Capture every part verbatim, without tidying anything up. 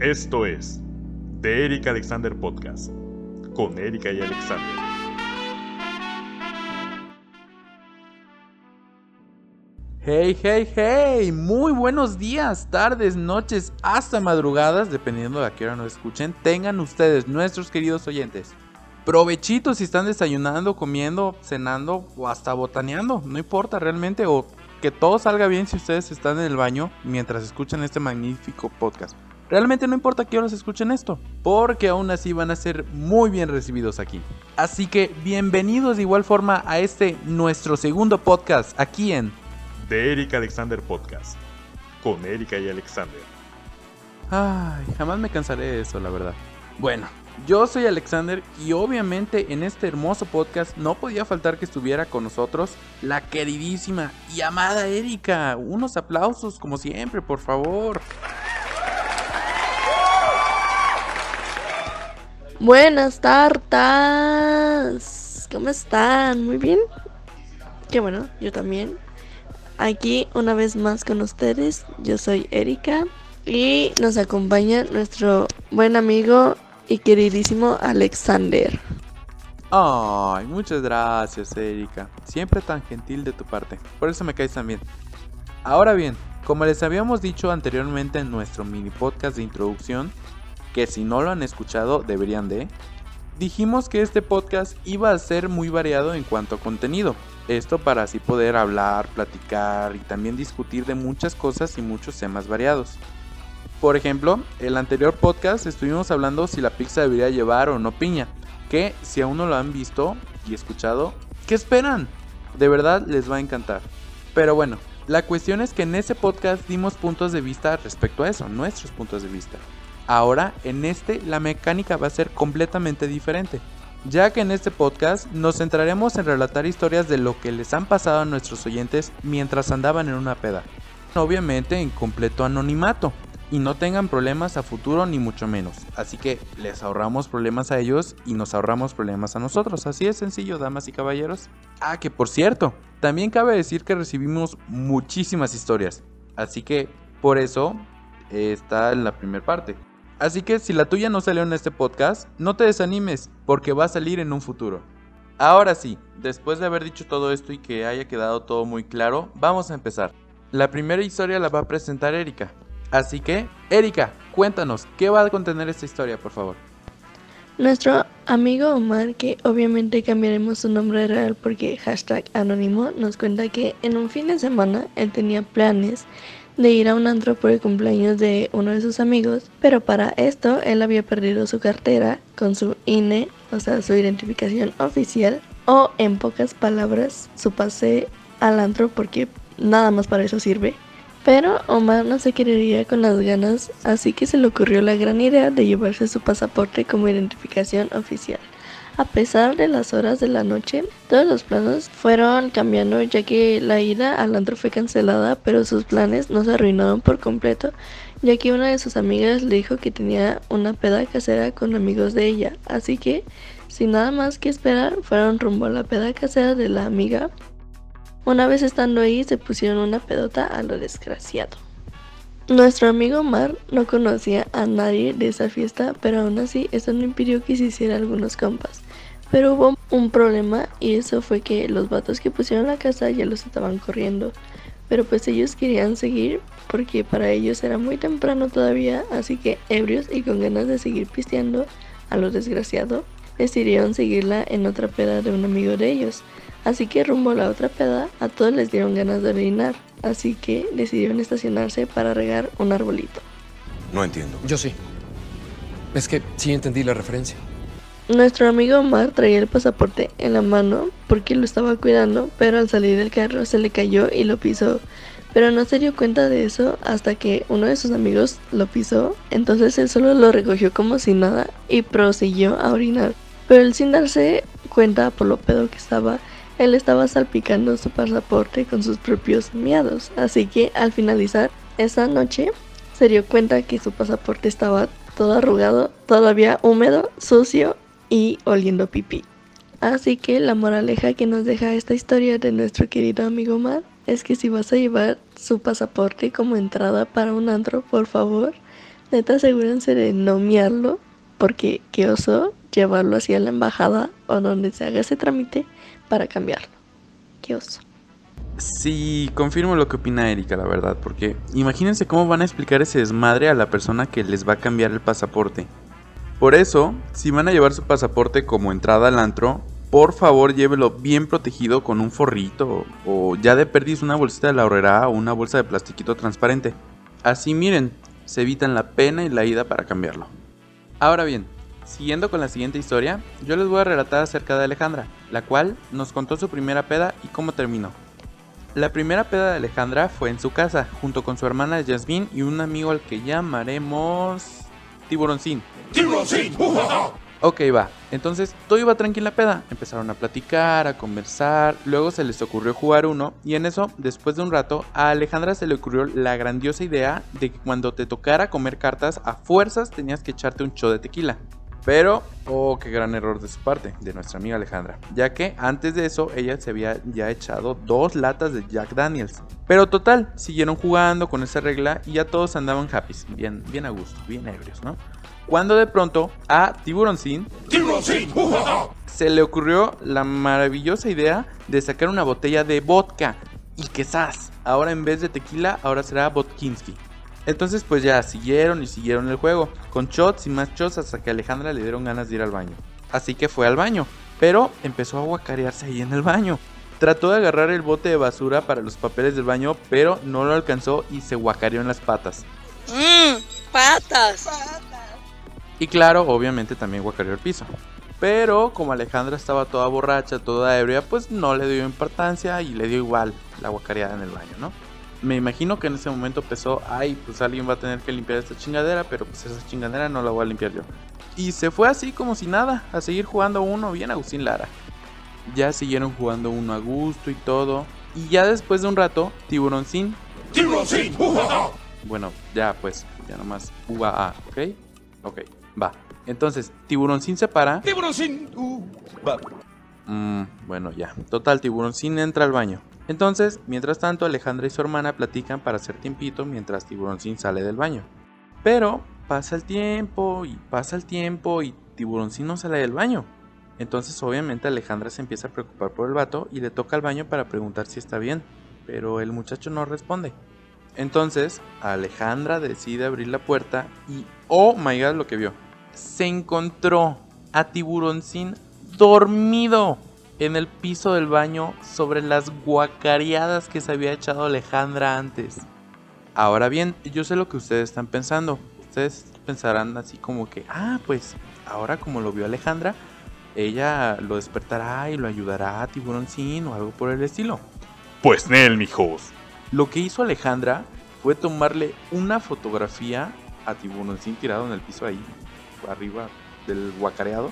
Esto es The Eric Alexander Podcast, con Erika y Alexander. Hey, hey, hey, muy buenos días, tardes, noches, hasta madrugadas, dependiendo de a qué hora nos escuchen, tengan ustedes, nuestros queridos oyentes. Provechito si están desayunando, comiendo, cenando o hasta botaneando, no importa realmente, o que todo salga bien si ustedes están en el baño mientras escuchan este magnífico podcast. Realmente no importa qué horas escuchen esto, porque aún así van a ser muy bien recibidos aquí. Así que bienvenidos de igual forma a este nuestro segundo podcast aquí en The Eric Alexander Podcast, con Erika y Alexander. Ay, jamás me cansaré de eso, la verdad. Bueno, yo soy Alexander y obviamente en este hermoso podcast no podía faltar que estuviera con nosotros la queridísima y amada Erika. Unos aplausos como siempre, por favor. Buenas tardes, ¿cómo están? ¿Muy bien? Qué bueno, yo también. Aquí una vez más con ustedes, yo soy Erika y nos acompaña nuestro buen amigo y queridísimo Alexander. Ay, muchas gracias, Erika. Siempre tan gentil de tu parte, por eso me caes tan bien. Ahora bien, como les habíamos dicho anteriormente en nuestro mini podcast de introducción, que si no lo han escuchado deberían de, dijimos que este podcast iba a ser muy variado en cuanto a contenido. Esto para así poder hablar, platicar y también discutir de muchas cosas y muchos temas variados. Por ejemplo, el anterior podcast estuvimos hablando si la pizza debería llevar o no piña, que si aún no lo han visto y escuchado, ¿qué esperan? De verdad les va a encantar. Pero bueno, la cuestión es que en ese podcast dimos puntos de vista respecto a eso, nuestros puntos de vista. Ahora, en este, la mecánica va a ser completamente diferente, ya que en este podcast nos centraremos en relatar historias de lo que les han pasado a nuestros oyentes mientras andaban en una peda. Obviamente en completo anonimato, y no tengan problemas a futuro ni mucho menos, así que les ahorramos problemas a ellos y nos ahorramos problemas a nosotros, así de sencillo, damas y caballeros. Ah, que por cierto, también cabe decir que recibimos muchísimas historias, así que por eso eh, está en la primera parte. Así que si la tuya no salió en este podcast, no te desanimes, porque va a salir en un futuro. Ahora sí, después de haber dicho todo esto y que haya quedado todo muy claro, vamos a empezar. La primera historia la va a presentar Erika. Así que, Erika, cuéntanos, ¿qué va a contener esta historia, por favor? Nuestro amigo Omar, que obviamente cambiaremos su nombre real porque hashtag anónimo, nos cuenta que en un fin de semana él tenía planes de ir a un antro por el cumpleaños de uno de sus amigos, pero para esto él había perdido su cartera con su I N E, o sea, su identificación oficial, o en pocas palabras, su pase al antro, porque nada más para eso sirve. Pero Omar no se quedaría con las ganas, así que se le ocurrió la gran idea de llevarse su pasaporte como identificación oficial. A pesar de las horas de la noche, todos los planos fueron cambiando, ya que la ida al antro fue cancelada, pero sus planes no se arruinaron por completo, ya que una de sus amigas le dijo que tenía una peda casera con amigos de ella, así que, sin nada más que esperar, fueron rumbo a la peda casera de la amiga. Una vez estando ahí, se pusieron una pedota a lo desgraciado. Nuestro amigo Omar no conocía a nadie de esa fiesta, pero aún así eso no impidió que se hiciera algunos compas. Pero hubo un problema y eso fue que los vatos que pusieron la casa ya los estaban corriendo. Pero pues ellos querían seguir porque para ellos era muy temprano todavía, así que ebrios y con ganas de seguir pisteando a lo desgraciado, decidieron seguirla en otra peda de un amigo de ellos. Así que rumbo a la otra peda, a todos les dieron ganas de orinar, así que decidieron estacionarse para regar un arbolito. No entiendo. Yo sí. Es que sí entendí la referencia. Nuestro amigo Omar traía el pasaporte en la mano porque lo estaba cuidando, pero al salir del carro se le cayó y lo pisó. Pero no se dio cuenta de eso hasta que uno de sus amigos lo pisó, entonces él solo lo recogió como si nada y prosiguió a orinar. Pero él, sin darse cuenta por lo pedo que estaba, él estaba salpicando su pasaporte con sus propios miados, así que al finalizar esa noche se dio cuenta que su pasaporte estaba todo arrugado, todavía húmedo, sucio y oliendo pipí. Así que la moraleja que nos deja esta historia de nuestro querido amigo Omar es que si vas a llevar su pasaporte como entrada para un antro, por favor, Neta, asegúrense de no miarlo, porque qué oso llevarlo hacia la embajada o donde se haga ese trámite para cambiarlo. Qué oso. Sí, confirmo lo que opina Erika, la verdad, porque imagínense cómo van a explicar ese desmadre a la persona que les va a cambiar el pasaporte. Por eso, si van a llevar su pasaporte como entrada al antro, por favor llévelo bien protegido con un forrito o ya de perdiz una bolsita de la Aurrera o una bolsa de plastiquito transparente. Así miren, se evitan la pena y la ida para cambiarlo. Ahora bien, siguiendo con la siguiente historia, yo les voy a relatar acerca de Alejandra, la cual nos contó su primera peda y cómo terminó. La primera peda de Alejandra fue en su casa, junto con su hermana Yasmín y un amigo al que llamaremos Tiburoncín. ¡Tiburoncín! Ok, va. Entonces, todo iba tranquila peda. Empezaron a platicar, a conversar, luego se les ocurrió jugar uno, y en eso, después de un rato, a Alejandra se le ocurrió la grandiosa idea de que cuando te tocara comer cartas, a fuerzas tenías que echarte un shot de tequila. Pero, oh, qué gran error de su parte, de nuestra amiga Alejandra, ya que antes de eso ella se había ya echado dos latas de Jack Daniels. Pero total, siguieron jugando con esa regla y ya todos andaban happy, bien, bien a gusto, bien ebrios, ¿no? Cuando de pronto a Tiburoncín, ¡Tiburoncín! se le ocurrió la maravillosa idea de sacar una botella de vodka y quizás, ahora en vez de tequila, ahora será vodkinski. Entonces pues ya siguieron y siguieron el juego, con shots y más shots hasta que a Alejandra le dieron ganas de ir al baño. Así que fue al baño, pero empezó a guacarearse ahí en el baño. Trató de agarrar el bote de basura para los papeles del baño, pero no lo alcanzó y se guacareó en las patas. Mmm, patas. Y claro, obviamente también guacareó el piso. Pero como Alejandra estaba toda borracha, toda ebria, pues no le dio importancia y le dio igual la guacareada en el baño, ¿no? Me imagino que en ese momento pensó, ay, pues alguien va a tener que limpiar esta chingadera, pero pues esa chingadera no la voy a limpiar yo. Y se fue así como si nada, a seguir jugando uno bien Agustín Lara. Ya siguieron jugando uno a gusto y todo. Y ya después de un rato, Tiburoncín... ¡Tiburoncín! ¡Uh-huh! Bueno, ya pues, ya nomás ¡uh-huh! ¿Ok? Ok, va. Entonces, Tiburoncín se para... ¡Tiburoncín! Uh, va. Mm, bueno, ya. Total, Tiburoncín entra al baño. Entonces, mientras tanto, Alejandra y su hermana platican para hacer tiempito mientras Tiburoncín sale del baño. Pero pasa el tiempo y pasa el tiempo y Tiburoncín no sale del baño. Entonces, obviamente, Alejandra se empieza a preocupar por el vato y le toca al baño para preguntar si está bien. Pero el muchacho no responde. Entonces, Alejandra decide abrir la puerta y, oh my god, lo que vio. Se encontró a Tiburoncín dormido en el piso del baño sobre las guacareadas que se había echado Alejandra antes. Ahora bien, yo sé lo que ustedes están pensando. Ustedes pensarán así como que, ah, pues ahora como lo vio Alejandra, ella lo despertará y lo ayudará a Tiburoncín o algo por el estilo. Pues Nel, mijos. Lo que hizo Alejandra fue tomarle una fotografía a Tiburoncín tirado en el piso ahí, arriba del guacareado,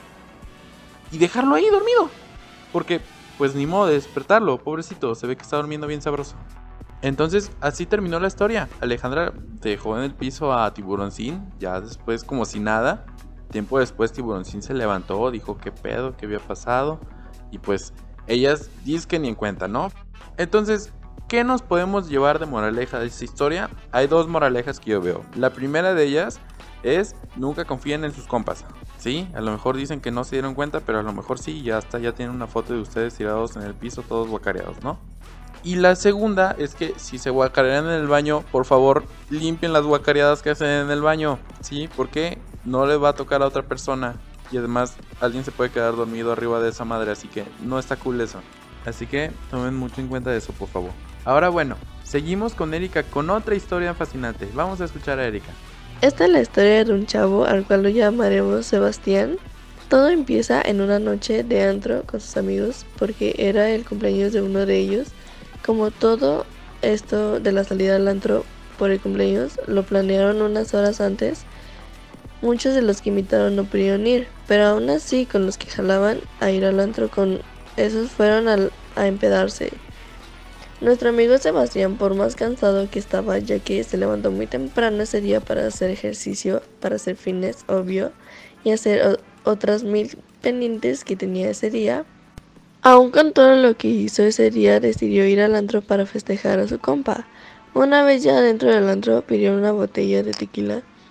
y dejarlo ahí dormido. Porque, pues ni modo de despertarlo, pobrecito, se ve que está durmiendo bien sabroso. Entonces, así terminó la historia. Alejandra dejó en el piso a Tiburoncín, ya después como si nada. Tiempo después Tiburoncín se levantó, dijo qué pedo, qué había pasado. Y pues, ellas dicen que ni en cuenta, ¿no? Entonces, ¿qué nos podemos llevar de moraleja de esta historia? Hay dos moralejas que yo veo. La primera de ellas es, nunca confíen en sus compas. Sí, a lo mejor dicen que no se dieron cuenta, pero a lo mejor sí, ya hasta ya tienen una foto de ustedes tirados en el piso, todos guacareados, ¿no? Y la segunda es que si se guacarean en el baño, por favor, limpien las guacareadas que hacen en el baño, ¿sí? Porque no le va a tocar a otra persona y además alguien se puede quedar dormido arriba de esa madre, así que no está cool eso. Así que tomen mucho en cuenta eso, por favor. Ahora bueno, seguimos con Erika con otra historia fascinante. Vamos a escuchar a Erika. Esta es la historia de un chavo al cual lo llamaremos Sebastián. Todo empieza en una noche de antro con sus amigos porque era el cumpleaños de uno de ellos. Como todo esto de la salida al antro por el cumpleaños lo planearon unas horas antes, muchos de los que invitaron no pudieron ir, pero aún así con los que jalaban a ir al antro con esos fueron a, a empedarse. Nuestro amigo Sebastián, por más cansado que estaba, ya que se levantó muy temprano ese día para hacer ejercicio, para hacer fitness, obvio, y hacer o- otras mil pendientes que tenía ese día, aún con todo lo que hizo ese día, decidió ir al antro para festejar a su compa. Una vez ya dentro del antro, pidió una botella de tequila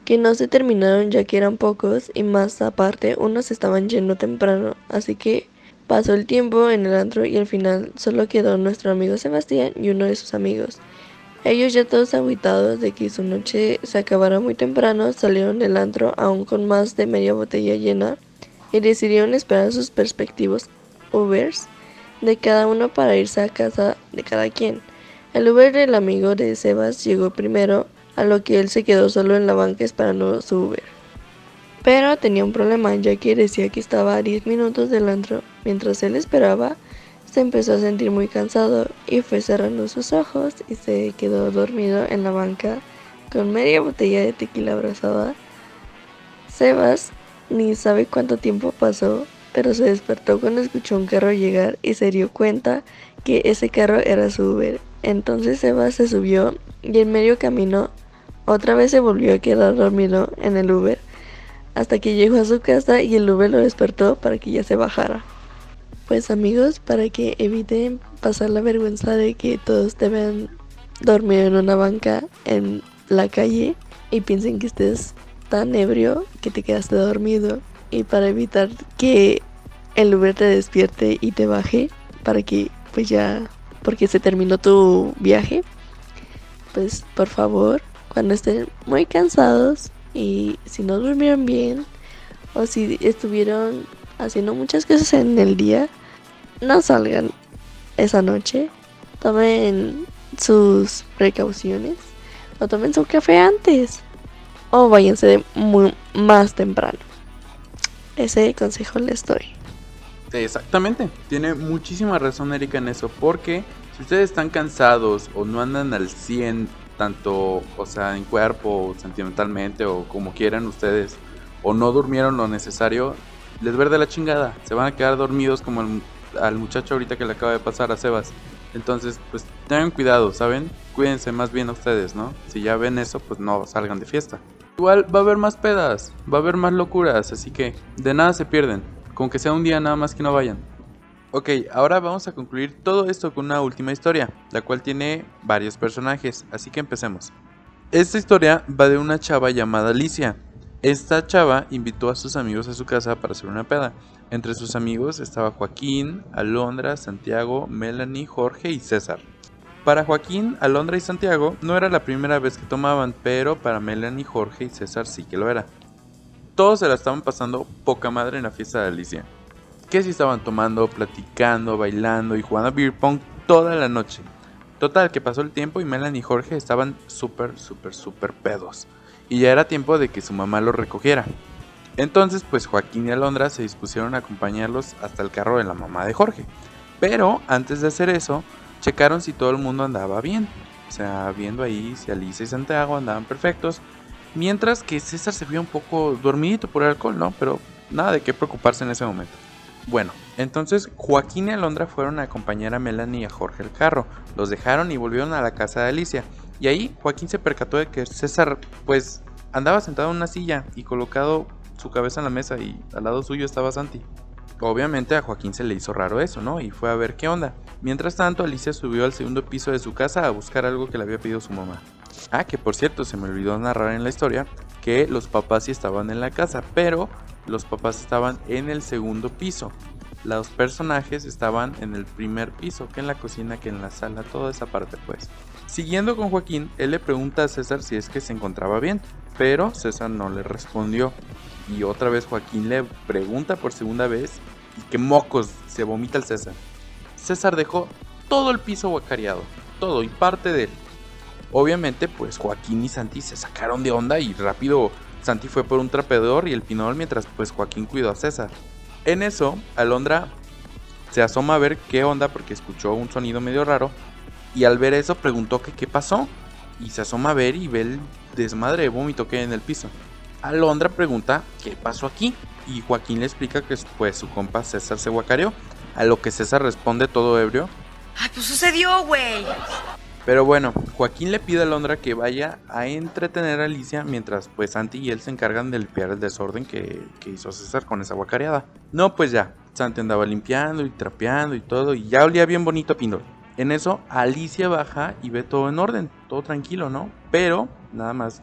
que no se terminaron ya que eran pocos y más aparte unos estaban yendo temprano, así que pasó el tiempo en el antro y al final solo quedó nuestro amigo Sebastián y uno de sus amigos. Ellos ya todos agüitados de que su noche se acabara muy temprano, salieron del antro aún con más de media botella llena y decidieron esperar sus respectivos Ubers de cada uno para irse a casa de cada quien. El Uber del amigo de Sebas llegó primero, a lo que él se quedó solo en la banca esperando su Uber. Pero tenía un problema, ya que decía que estaba a diez minutos del antro. Mientras él esperaba, se empezó a sentir muy cansado y fue cerrando sus ojos y se quedó dormido en la banca con media botella de tequila abrazada. Sebas ni sabe cuánto tiempo pasó, pero se despertó cuando escuchó un carro llegar y se dio cuenta que ese carro era su Uber. Entonces Sebas se subió y en medio camino otra vez se volvió a quedar dormido en el Uber hasta que llegó a su casa y el Uber lo despertó para que ya se bajara. Pues amigos, para que eviten pasar la vergüenza de que todos te vean dormido en una banca en la calle y piensen que estés tan ebrio que te quedaste dormido, y para evitar que el Uber te despierte y te baje para que pues ya, porque se terminó tu viaje, pues por favor, cuando estén muy cansados y si no durmieron bien o si estuvieron haciendo muchas cosas en el día, no salgan esa noche, tomen sus precauciones o tomen su café antes o váyanse de muy, más temprano. Ese consejo les doy. Exactamente, tiene muchísima razón Erika en eso, porque si ustedes están cansados o no andan al cien, tanto, o sea, en cuerpo, o sentimentalmente o como quieran ustedes, o no durmieron lo necesario, les ver de la chingada, se van a quedar dormidos como el, al muchacho ahorita que le acaba de pasar a Sebas. Entonces, pues tengan cuidado, ¿saben? Cuídense más bien a ustedes, ¿no? Si ya ven eso, pues no salgan de fiesta. Igual va a haber más pedas, va a haber más locuras, así que de nada se pierden, con que sea un día nada más que no vayan. Ok, ahora vamos a concluir todo esto con una última historia, la cual tiene varios personajes, así que empecemos. Esta historia va de una chava llamada Alicia. Esta chava invitó a sus amigos a su casa para hacer una peda. Entre sus amigos estaba Joaquín, Alondra, Santiago, Melanie, Jorge y César. Para Joaquín, Alondra y Santiago no era la primera vez que tomaban, pero para Melanie, Jorge y César sí que lo era. Todos se la estaban pasando poca madre en la fiesta de Alicia. Que si estaban tomando, platicando, bailando y jugando a beer pong toda la noche. Total, que pasó el tiempo y Melanie y Jorge estaban súper, súper, súper pedos. Y ya era tiempo de que su mamá los recogiera. Entonces, pues Joaquín y Alondra se dispusieron a acompañarlos hasta el carro de la mamá de Jorge. Pero antes de hacer eso, checaron si todo el mundo andaba bien. O sea, viendo ahí si Alicia y Santiago andaban perfectos. Mientras que César se veía un poco dormidito por el alcohol, ¿no? Pero nada de qué preocuparse en ese momento. Bueno, entonces Joaquín y Alondra fueron a acompañar a Melanie y a Jorge al carro. Los dejaron y volvieron a la casa de Alicia. Y ahí Joaquín se percató de que César, pues, andaba sentado en una silla y colocado su cabeza en la mesa y al lado suyo estaba Santi. Obviamente a Joaquín se le hizo raro eso, ¿no? Y fue a ver qué onda. Mientras tanto, Alicia subió al segundo piso de su casa a buscar algo que le había pedido su mamá. Ah, que por cierto, se me olvidó narrar en la historia que los papás sí estaban en la casa, pero los papás estaban en el segundo piso. Los personajes estaban en el primer piso, que en la cocina, que en la sala, toda esa parte pues. Siguiendo con Joaquín, él le pregunta a César si es que se encontraba bien, pero César no le respondió. Y otra vez Joaquín le pregunta por segunda vez y que mocos se vomita el César. César dejó todo el piso guacareado, todo y parte de él. Obviamente pues Joaquín y Santi se sacaron de onda y rápido Santi fue por un trapeador y el pinol mientras pues Joaquín cuidó a César. En eso Alondra se asoma a ver qué onda porque escuchó un sonido medio raro y al ver eso preguntó que qué pasó y se asoma a ver y ve el desmadre de vómito que hay en el piso. Alondra pregunta qué pasó aquí y Joaquín le explica que pues su compa César se guacareó, a lo que César responde todo ebrio: ¡Ay, pues sucedió, güey! Pero bueno, Joaquín le pide a Alondra que vaya a entretener a Alicia mientras pues Santi y él se encargan de limpiar el desorden que, que hizo César con esa guacareada. No, pues ya, Santi andaba limpiando y trapeando y todo y ya olía bien bonito a pinol. En eso Alicia baja y ve todo en orden, todo tranquilo, ¿no? Pero nada más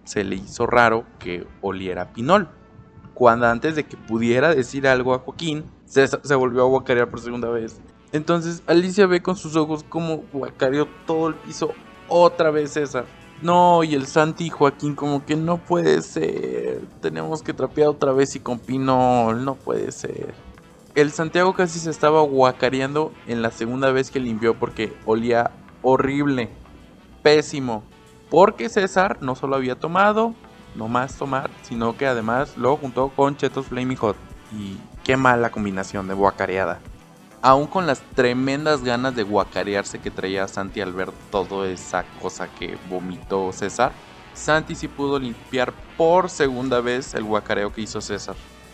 se le hizo raro que oliera a pinol, cuando antes de que pudiera decir algo a Joaquín, César se volvió a guacarear por segunda vez. Entonces Alicia ve con sus ojos como guacareó todo el piso otra vez César. No, y el Santi y Joaquín como que no puede ser, tenemos que trapear otra vez y con pinol, no puede ser. El Santiago casi se estaba guacareando en la segunda vez que limpió porque olía horrible, pésimo. Porque César no solo había tomado, no más tomar, sino que además lo juntó con Chetos Flaming Hot. Y qué mala combinación de guacareada. Aún con las tremendas ganas de guacarearse que traía Santi al ver toda esa cosa que vomitó César, Santi sí pudo limpiar por segunda vez el guacareo que hizo César.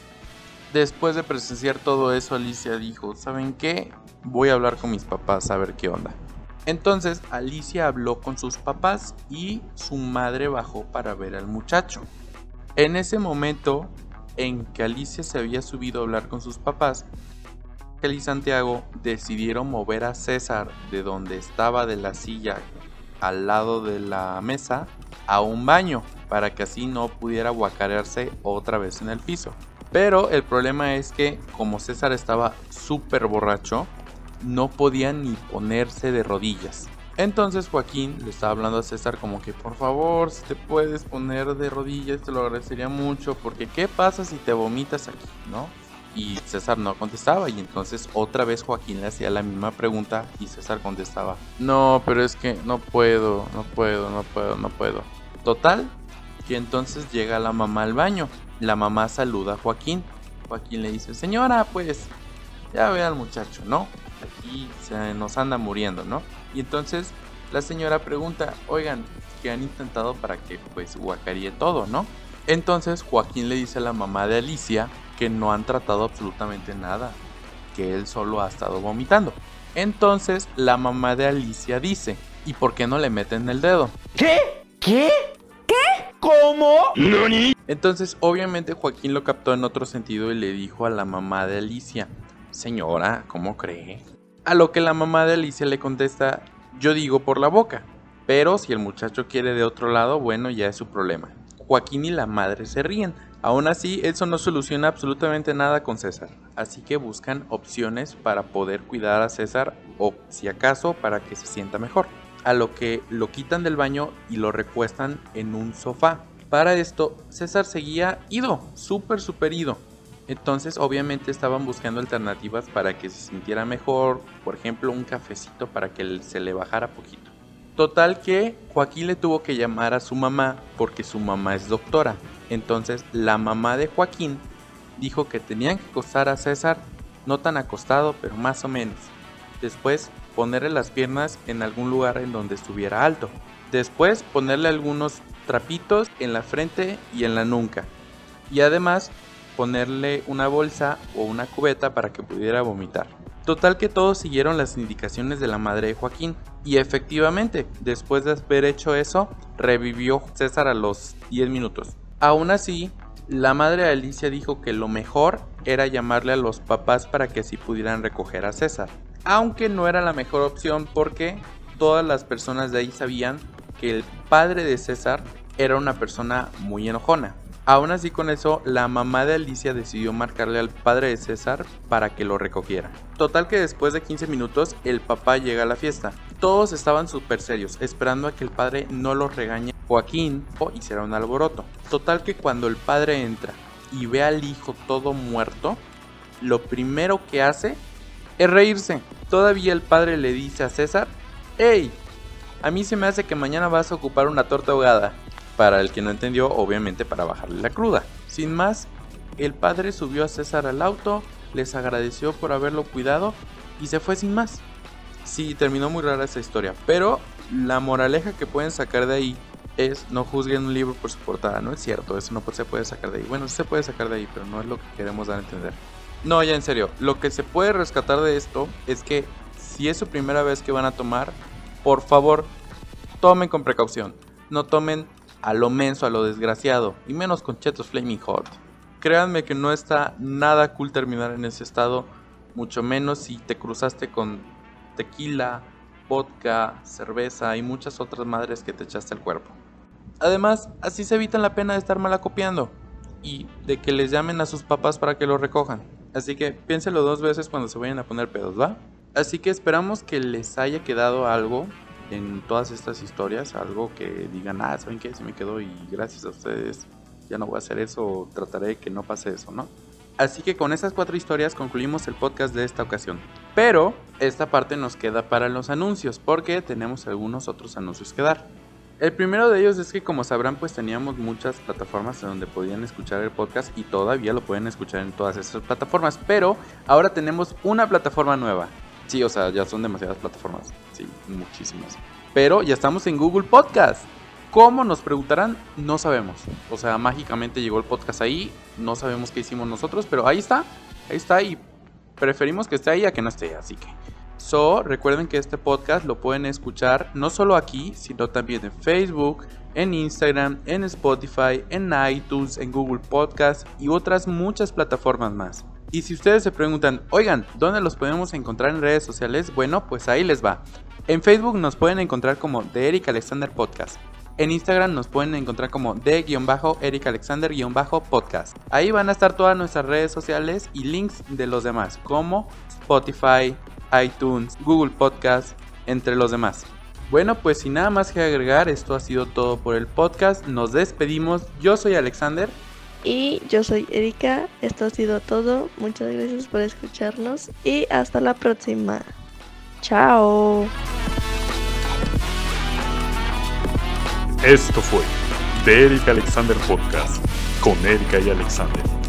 Después de presenciar todo eso, Alicia dijo, ¿saben qué? Voy a hablar con mis papás a ver qué onda. Entonces Alicia habló con sus papás y su madre bajó para ver al muchacho. En ese momento en que Alicia se había subido a hablar con sus papás, Ángel y Santiago decidieron mover a César de donde estaba de la silla al lado de la mesa a un baño para que así no pudiera guacarearse otra vez en el piso. Pero el problema es que como César estaba súper borracho, no podía ni ponerse de rodillas. Entonces Joaquín le estaba hablando a César como que por favor, si te puedes poner de rodillas te lo agradecería mucho, porque ¿qué pasa si te vomitas aquí?, ¿no? Y César no contestaba, y entonces otra vez Joaquín le hacía la misma pregunta y César contestaba, no, pero es que no puedo, no puedo, no puedo, no puedo. Total, que entonces llega la mamá al baño. La mamá saluda a Joaquín. Joaquín le dice, señora, pues ya ve al muchacho, ¿no? Aquí se nos anda muriendo, ¿no? Y entonces la señora pregunta, oigan, ¿qué han intentado para que pues guacaree todo, no? Entonces Joaquín le dice a la mamá de Alicia que no han tratado absolutamente nada, que él solo ha estado vomitando. Entonces la mamá de Alicia dice, ¿y por qué no le meten el dedo? ¿Qué? ¿Qué? ¿Qué? ¿Cómo? ¿Nani? Entonces obviamente Joaquín lo captó en otro sentido y le dijo a la mamá de Alicia, señora, ¿cómo cree? A lo que la mamá de Alicia le contesta, yo digo por la boca, pero si el muchacho quiere de otro lado, bueno, ya es su problema. Joaquín y la madre se ríen. Aún así, eso no soluciona absolutamente nada con César, así que buscan opciones para poder cuidar a César o, si acaso, para que se sienta mejor. A lo que lo quitan del baño y lo recuestan en un sofá. Para esto, César seguía ido, súper súper ido. Entonces, obviamente estaban buscando alternativas para que se sintiera mejor, por ejemplo, un cafecito para que se le bajara poquito. Total que Joaquín le tuvo que llamar a su mamá porque su mamá es doctora. Entonces la mamá de Joaquín dijo que tenían que acostar a César, no tan acostado, pero más o menos. Después ponerle las piernas en algún lugar en donde estuviera alto. Después ponerle algunos trapitos en la frente y en la nuca. Y además ponerle una bolsa o una cubeta para que pudiera vomitar. Total que todos siguieron las indicaciones de la madre de Joaquín. Y efectivamente, después de haber hecho eso, revivió César a los diez minutos. Aún así, la madre de Alicia dijo que lo mejor era llamarle a los papás para que así pudieran recoger a César. Aunque no era la mejor opción porque todas las personas de ahí sabían que el padre de César era una persona muy enojona. Aún así, con eso, la mamá de Alicia decidió marcarle al padre de César para que lo recogiera. Total que después de quince minutos, el papá llega a la fiesta. Todos estaban súper serios, esperando a que el padre no los regañe Joaquín o hiciera un alboroto. Total que cuando el padre entra y ve al hijo todo muerto, lo primero que hace es reírse. Todavía el padre le dice a César, ¡Ey! A mí se me hace que mañana vas a ocupar una torta ahogada. Para el que no entendió, obviamente para bajarle la cruda. Sin más, el padre subió a César al auto, les agradeció por haberlo cuidado y se fue sin más. Sí, terminó muy rara esa historia, pero la moraleja que pueden sacar de ahí es no juzguen un libro por su portada. No es cierto, eso no se puede sacar de ahí. Bueno, sí se puede sacar de ahí, pero no es lo que queremos dar a entender. No, ya en serio, lo que se puede rescatar de esto es que si es su primera vez que van a tomar, por favor, tomen con precaución. No tomen a lo menso, a lo desgraciado, y menos con Chetos Flaming Hot. Créanme que no está nada cool terminar en ese estado, mucho menos si te cruzaste con tequila, vodka, cerveza y muchas otras madres que te echaste al cuerpo. Además, así se evitan la pena de estar malacopiando y de que les llamen a sus papás para que lo recojan. Así que piénselo dos veces cuando se vayan a poner pedos, ¿va? Así que esperamos que les haya quedado algo en todas estas historias, algo que digan, ah, ¿saben qué? Se me quedó y gracias a ustedes ya no voy a hacer eso o trataré de que no pase eso, ¿no? Así que con esas cuatro historias concluimos el podcast de esta ocasión. Pero esta parte nos queda para los anuncios, porque tenemos algunos otros anuncios que dar. El primero de ellos es que, como sabrán, pues teníamos muchas plataformas en donde podían escuchar el podcast y todavía lo pueden escuchar en todas esas plataformas. Pero ahora tenemos una plataforma nueva. Sí, o sea, ya son demasiadas plataformas. Sí, muchísimas. Pero ya estamos en Google Podcast. ¿Cómo? Nos preguntarán, no sabemos. O sea, mágicamente llegó el podcast ahí. No sabemos qué hicimos nosotros, pero ahí está. Ahí está y preferimos que esté ahí a que no esté, así que... So, recuerden que este podcast lo pueden escuchar no solo aquí, sino también en Facebook, en Instagram, en Spotify, en iTunes, en Google Podcast y otras muchas plataformas más. Y si ustedes se preguntan, oigan, ¿dónde los podemos encontrar en redes sociales? Bueno, pues ahí les va. En Facebook nos pueden encontrar como The Eric Alexander Podcast. En Instagram nos pueden encontrar como The-Eric Alexander-Podcast. Ahí van a estar todas nuestras redes sociales y links de los demás, como Spotify, iTunes, Google Podcast, entre los demás. Bueno, pues sin nada más que agregar, esto ha sido todo por el podcast. Nos despedimos. Yo soy Alexander. Y yo soy Erika. Esto ha sido todo. Muchas gracias por escucharnos y hasta la próxima. Chao. Esto fue The Eric Alexander Podcast con Erika y Alexander.